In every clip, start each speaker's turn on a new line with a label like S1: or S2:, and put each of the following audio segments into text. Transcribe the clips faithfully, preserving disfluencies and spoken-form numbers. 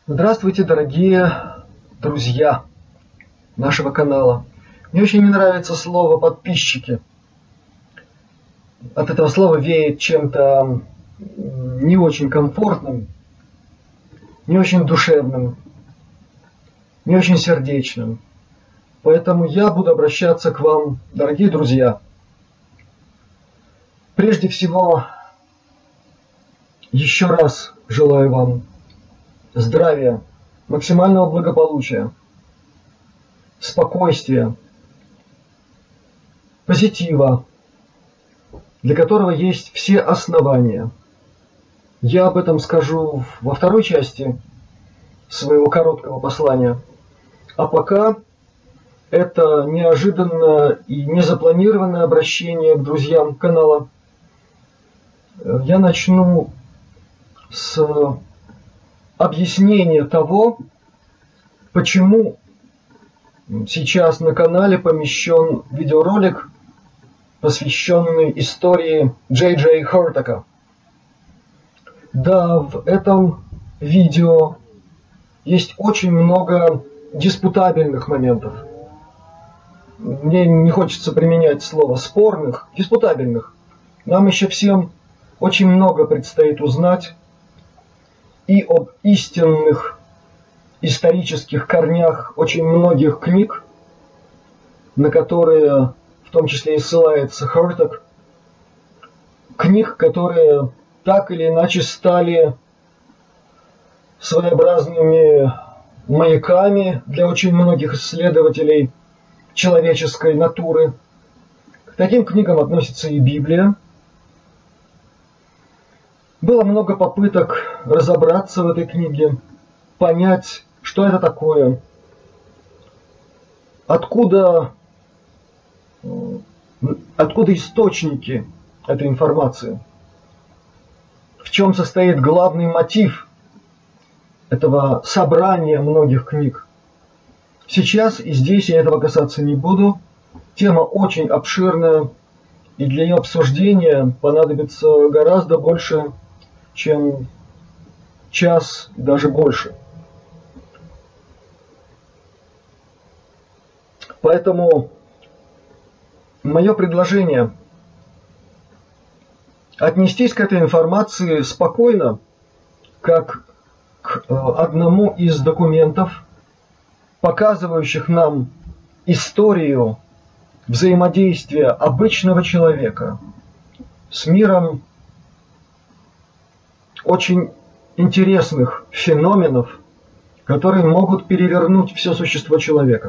S1: Здравствуйте, дорогие друзья нашего канала. Мне очень не нравится слово «подписчики». От этого слова веет чем-то не очень комфортным, не очень душевным, не очень сердечным. Поэтому я буду обращаться к вам, дорогие друзья. Прежде всего, еще раз желаю вам здравия, максимального благополучия, спокойствия, позитива, для которого есть все основания. Я об этом скажу во второй части своего короткого послания. А пока это неожиданное и незапланированное обращение к друзьям канала. Я начну с объяснение того, почему сейчас на канале помещен видеоролик, посвященный истории Джей Джей Хертака. Да, в этом видео есть очень много диспутабельных моментов. Мне не хочется применять слово спорных, диспутабельных. Нам еще всем очень много предстоит узнать и об истинных исторических корнях очень многих книг, на которые в том числе и ссылается Хертак, книг, которые так или иначе стали своеобразными маяками для очень многих исследователей человеческой натуры. К таким книгам относится и Библия. Было много попыток разобраться в этой книге, понять, что это такое, откуда, откуда источники этой информации, в чем состоит главный мотив этого собрания многих книг. Сейчас и здесь я этого касаться не буду. Тема очень обширная, и для ее обсуждения понадобится гораздо больше, чем час, даже больше. Поэтому мое предложение отнестись к этой информации спокойно, как к одному из документов, показывающих нам историю взаимодействия обычного человека с миром очень интересных феноменов, которые могут перевернуть все существо человека.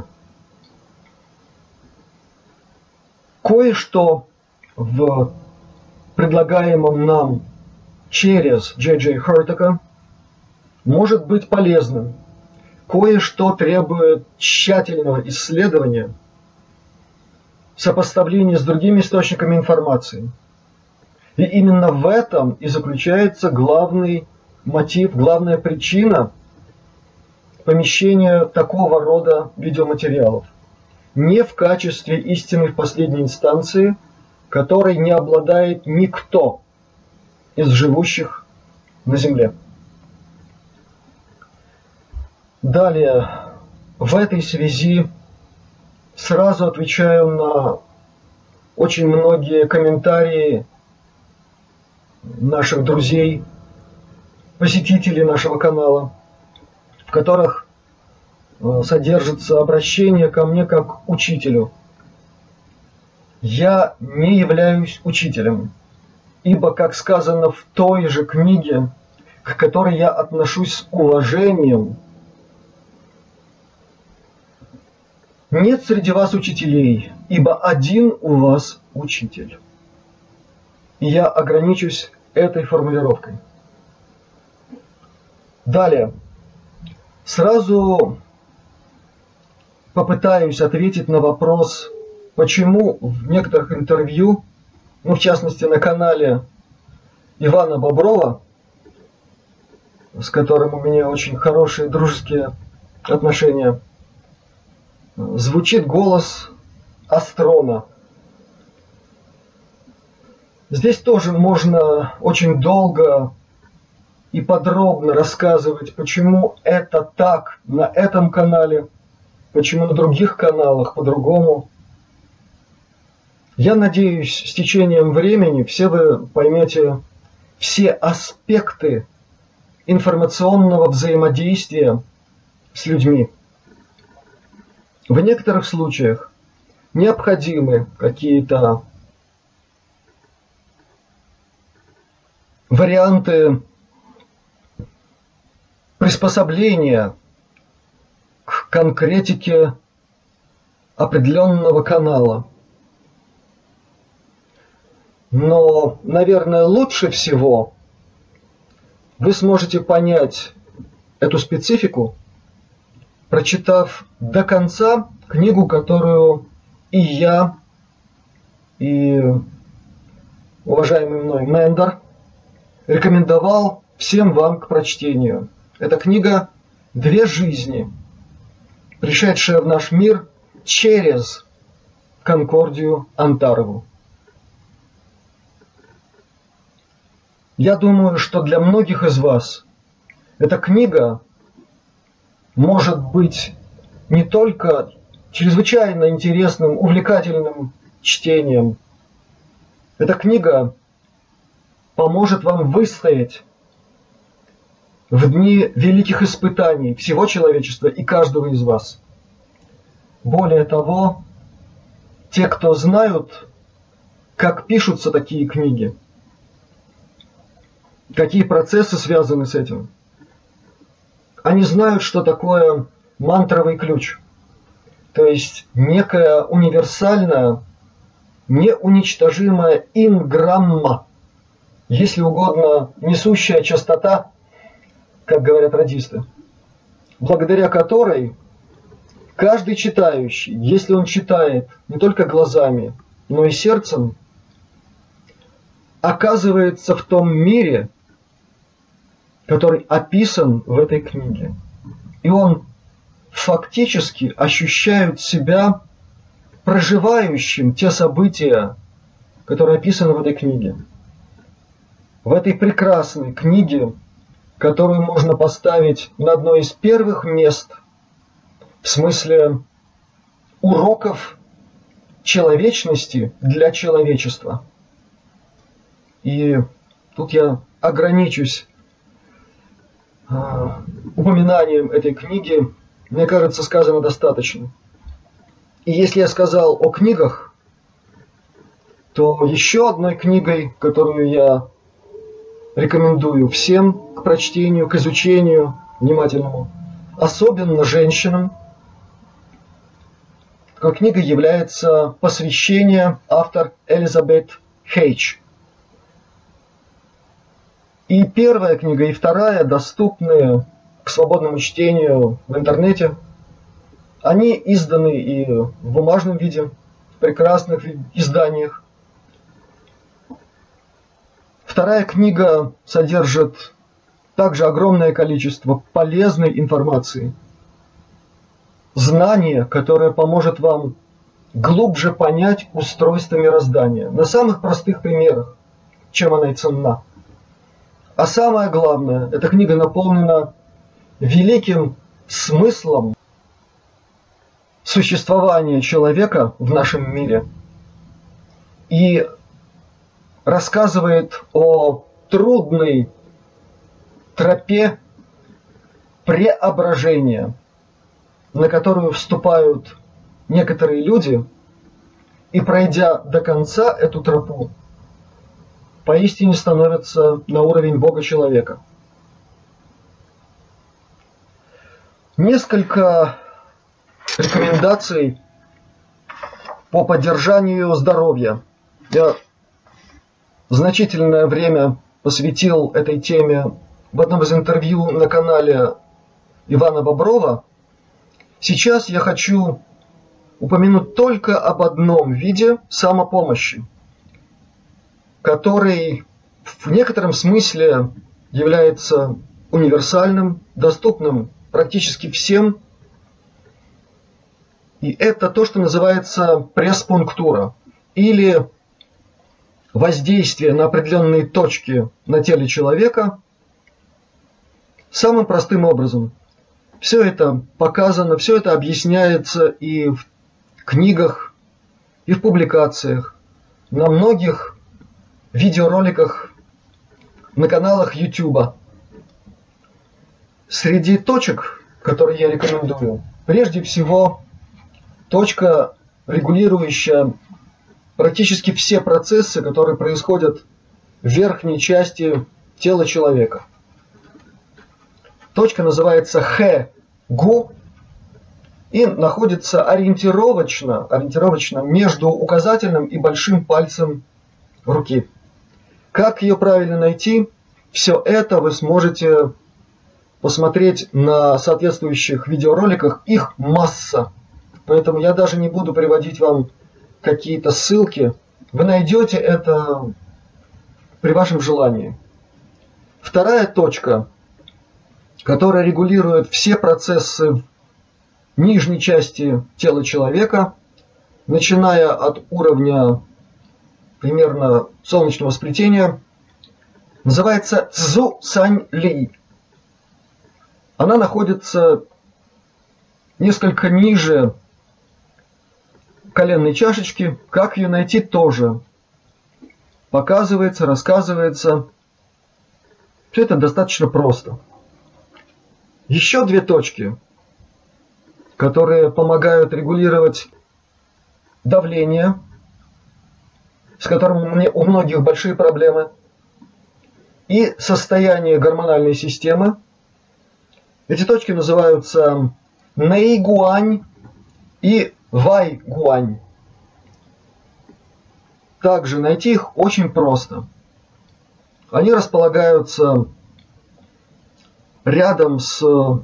S1: Кое-что в предлагаемом нам через Джей Джей Хертака может быть полезным. Кое-что требует тщательного исследования, сопоставления с другими источниками информации. И именно в этом и заключается главный мотив, главная причина помещения такого рода видеоматериалов. Не в качестве истины в последней инстанции, которой не обладает никто из живущих на Земле. Далее, в этой связи сразу отвечаю на очень многие комментарии наших друзей, посетителей нашего канала, в которых содержится обращение ко мне как к учителю. Я не являюсь учителем, ибо, как сказано в той же книге, к которой я отношусь с уважением, нет среди вас учителей, ибо один у вас учитель. И я ограничусь этой формулировкой. Далее. Сразу попытаюсь ответить на вопрос, почему в некоторых интервью, ну в частности на канале Ивана Боброва, с которым у меня очень хорошие дружеские отношения, звучит голос Астрона. Здесь тоже можно очень долго и подробно рассказывать, почему это так на этом канале, почему на других каналах по-другому. Я надеюсь, с течением времени все вы поймете все аспекты информационного взаимодействия с людьми. В некоторых случаях необходимы какие-то варианты приспособления к конкретике определенного канала. Но, наверное, лучше всего вы сможете понять эту специфику, прочитав до конца книгу, которую и я, и уважаемый мной Мендер рекомендовал всем вам к прочтению. Это книга «Две жизни», пришедшая в наш мир через Конкордию Антарову. Я думаю, что для многих из вас эта книга может быть не только чрезвычайно интересным, увлекательным чтением. Эта книга поможет вам выстоять в дни великих испытаний всего человечества и каждого из вас. Более того, те, кто знают, как пишутся такие книги, какие процессы связаны с этим, они знают, что такое мантровый ключ, то есть некая универсальная, неуничтожимая инграмма, если угодно, несущая частота, как говорят радисты, благодаря которой каждый читающий, если он читает не только глазами, но и сердцем, оказывается в том мире, который описан в этой книге. И он фактически ощущает себя проживающим те события, которые описаны в этой книге. В этой прекрасной книге, которую можно поставить на одно из первых мест в смысле уроков человечности для человечества. И тут я ограничусь упоминанием этой книги. Мне кажется, сказано достаточно. И если я сказал о книгах, то еще одной книгой, которую я рекомендую всем к прочтению, к изучению внимательному, особенно женщинам, такой книгой является «Посвящение», автор Элизабет Хейдж. И первая книга, и вторая доступны к свободному чтению в интернете. Они изданы и в бумажном виде, в прекрасных изданиях. Вторая книга содержит также огромное количество полезной информации, знания, которое поможет вам глубже понять устройство мироздания на самых простых примерах, чем она и ценна. А самое главное, эта книга наполнена великим смыслом существования человека в нашем мире и рассказывает о трудной тропе преображения, на которую вступают некоторые люди, и, пройдя до конца эту тропу, поистине становятся на уровень Бога-человека. Несколько рекомендаций по поддержанию здоровья. Я значительное время посвятил этой теме в одном из интервью на канале Ивана Боброва. Сейчас я хочу упомянуть только об одном виде самопомощи, который в некотором смысле является универсальным, доступным практически всем. И это то, что называется пресс-пунктура, или воздействие на определенные точки на теле человека Самым простым образом. Все это показано, все это объясняется и в книгах, и в публикациях, на многих видеороликах на каналах YouTube. Среди точек, которые я рекомендую, прежде всего точка, регулирующая практически все процессы, которые происходят в верхней части тела человека. Точка называется Хэ-Гу и находится ориентировочно, ориентировочно между указательным и большим пальцем руки. Как ее правильно найти? Все это вы сможете посмотреть на соответствующих видеороликах. Их масса. Поэтому я даже не буду приводить вам какие-то ссылки. Вы найдете это при вашем желании. Вторая точка, которая регулирует все процессы в нижней части тела человека, начиная от уровня примерно солнечного сплетения, называется Цзу Сань Ли. Она находится несколько ниже коленной чашечки. Как ее найти, тоже показывается, рассказывается. Все это достаточно просто. Еще две точки, которые помогают регулировать давление, с которым у многих большие проблемы, и состояние гормональной системы. Эти точки называются Нэйгуань и Вайгуань. Также найти их очень просто. Они располагаются рядом с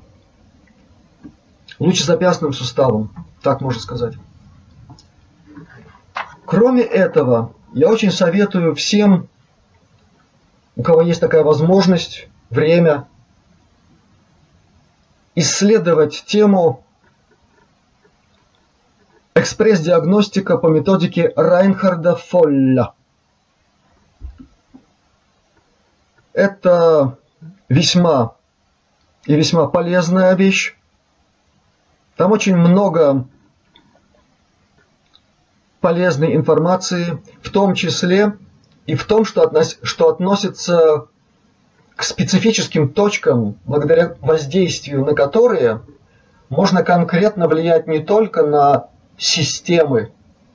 S1: лучезапястным суставом, так можно сказать. Кроме этого, я очень советую всем, у кого есть такая возможность, время, исследовать тему экспресс-диагностика по методике Райнхарда Фолля. Это весьма и весьма полезная вещь. Там очень много полезной информации, в том числе и в том, что, относ, что относится к специфическим точкам, благодаря воздействию на которые можно конкретно влиять не только на системы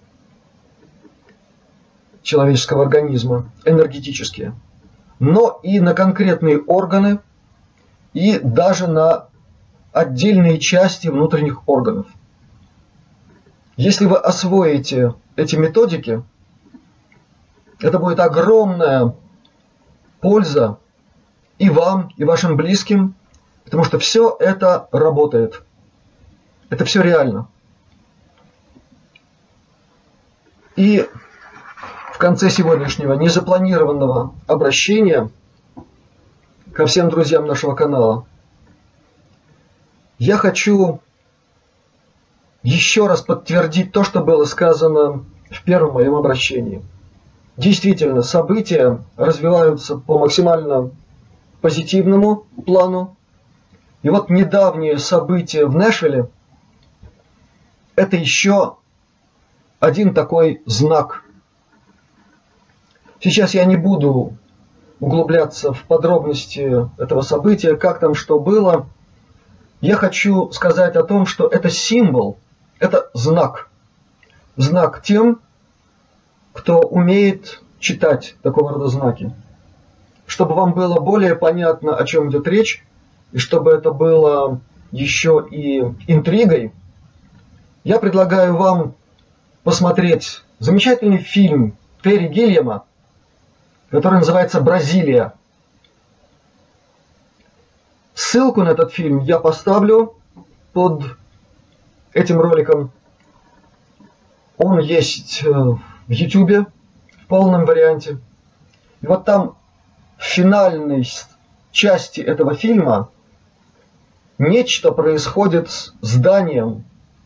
S1: человеческого организма, энергетические, но и на конкретные органы и даже на отдельные части внутренних органов. Если вы освоите эти методики, это будет огромная польза и вам, и вашим близким, потому что все это работает. Это все реально. И в конце сегодняшнего незапланированного обращения ко всем друзьям нашего канала я хочу еще раз подтвердить то, что было сказано в первом моем обращении. Действительно, события развиваются по максимально позитивному плану. И вот недавние события в Нэшвилле – это еще один такой знак. Сейчас я не буду углубляться в подробности этого события, как там что было. Я хочу сказать о том, что это символ, это знак. Знак тем, кто умеет читать такого рода знаки. Чтобы вам было более понятно, о чем идет речь, и чтобы это было еще и интригой, я предлагаю вам посмотреть замечательный фильм Терри Гиллиама, который называется «Бразилия». Ссылку на этот фильм я поставлю под этим роликом. Он есть в YouTube в полном варианте. И вот там в финальной части этого фильма нечто происходит с зданием,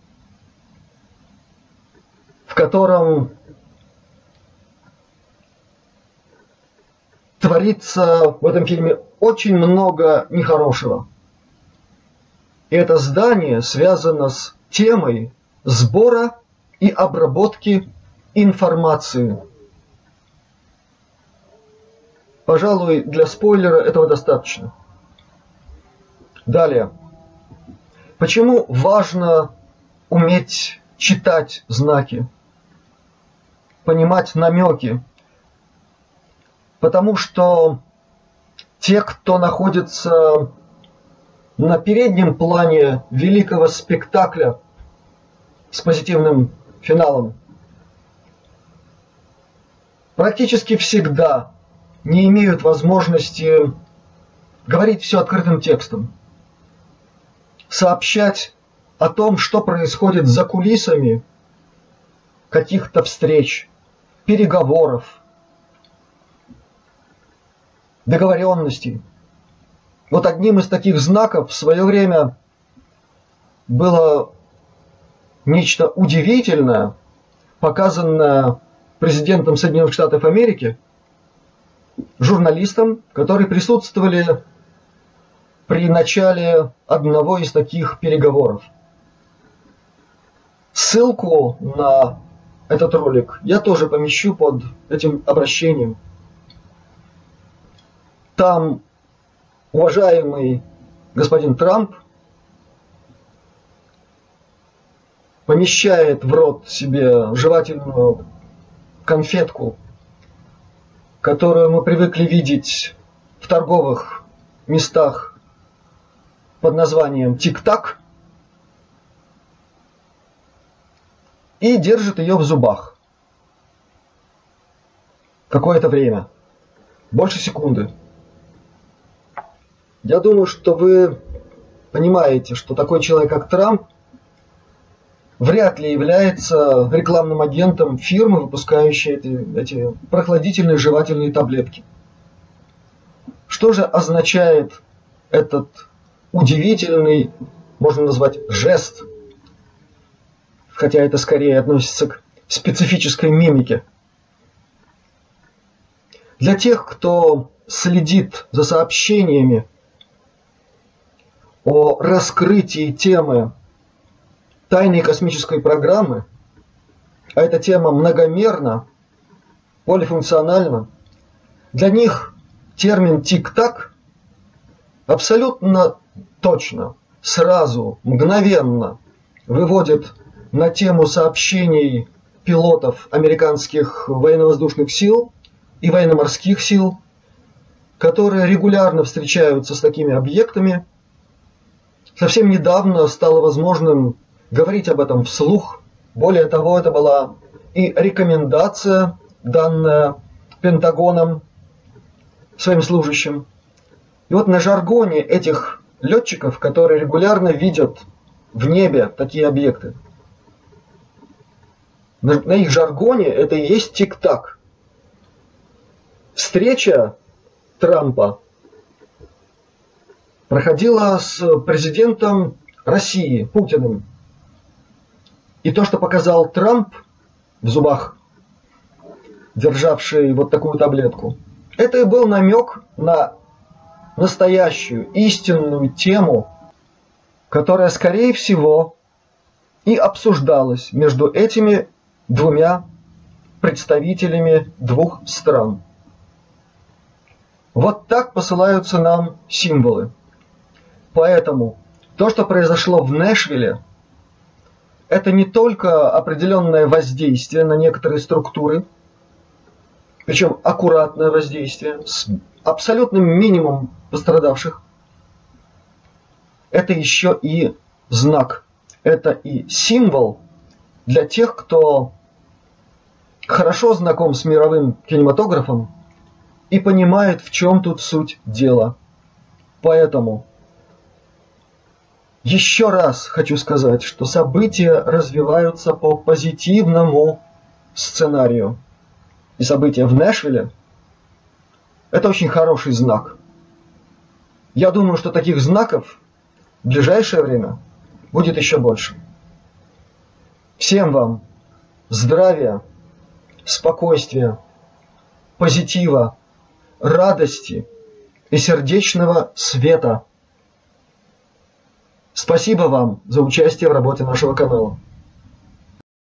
S1: в котором творится в этом фильме очень много нехорошего. И это здание связано с темой сбора и обработки информации. Пожалуй, для спойлера этого достаточно. Далее. Почему важно уметь читать знаки, понимать намеки? Потому что те, кто находится на переднем плане великого спектакля с позитивным финалом, практически всегда не имеют возможности говорить все открытым текстом, сообщать о том, что происходит за кулисами каких-то встреч, переговоров, договоренностей. Вот одним из таких знаков в свое время было нечто удивительное, показанное президентом Соединенных Штатов Америки, журналистам, которые присутствовали при начале одного из таких переговоров. Ссылку на этот ролик я тоже помещу под этим обращением. Там уважаемый господин Трамп помещает в рот себе жевательную конфетку, которую мы привыкли видеть в торговых местах под названием «Тик-так», и держит ее в зубах какое-то время, больше секунды. Я думаю, что вы понимаете, что такой человек, как Трамп, вряд ли является рекламным агентом фирмы, выпускающей эти, эти прохладительные жевательные таблетки. Что же означает этот удивительный, можно назвать, жест, хотя это скорее относится к специфической мимике? Для тех, кто следит за сообщениями о раскрытии темы тайной космической программы, а эта тема многомерна, полифункциональна, для них термин «тик-так» абсолютно точно, сразу, мгновенно выводит на тему сообщений пилотов американских военно-воздушных сил и военно-морских сил, которые регулярно встречаются с такими объектами. Совсем недавно стало возможным говорить об этом вслух. Более того, это была и рекомендация, данная Пентагоном своим служащим. И вот на жаргоне этих летчиков, которые регулярно видят в небе такие объекты, на, на их жаргоне это и есть тик-так. Встреча Трампа проходила с президентом России Путиным. И то, что показал Трамп в зубах, державший вот такую таблетку, это и был намек на настоящую, истинную тему, которая, скорее всего, и обсуждалась между этими двумя представителями двух стран. Вот так посылаются нам символы. Поэтому то, что произошло в Нэшвилле, это не только определенное воздействие на некоторые структуры, причем аккуратное воздействие с абсолютным минимумом пострадавших. Это еще и знак, это и символ для тех, кто хорошо знаком с мировым кинематографом и понимает, в чем тут суть дела. Поэтому еще раз хочу сказать, что события развиваются по позитивному сценарию. И события в Нэшвилле – это очень хороший знак. Я думаю, что таких знаков в ближайшее время будет еще больше. Всем вам здравия, спокойствия, позитива, радости и сердечного света. Спасибо вам за участие в работе нашего канала.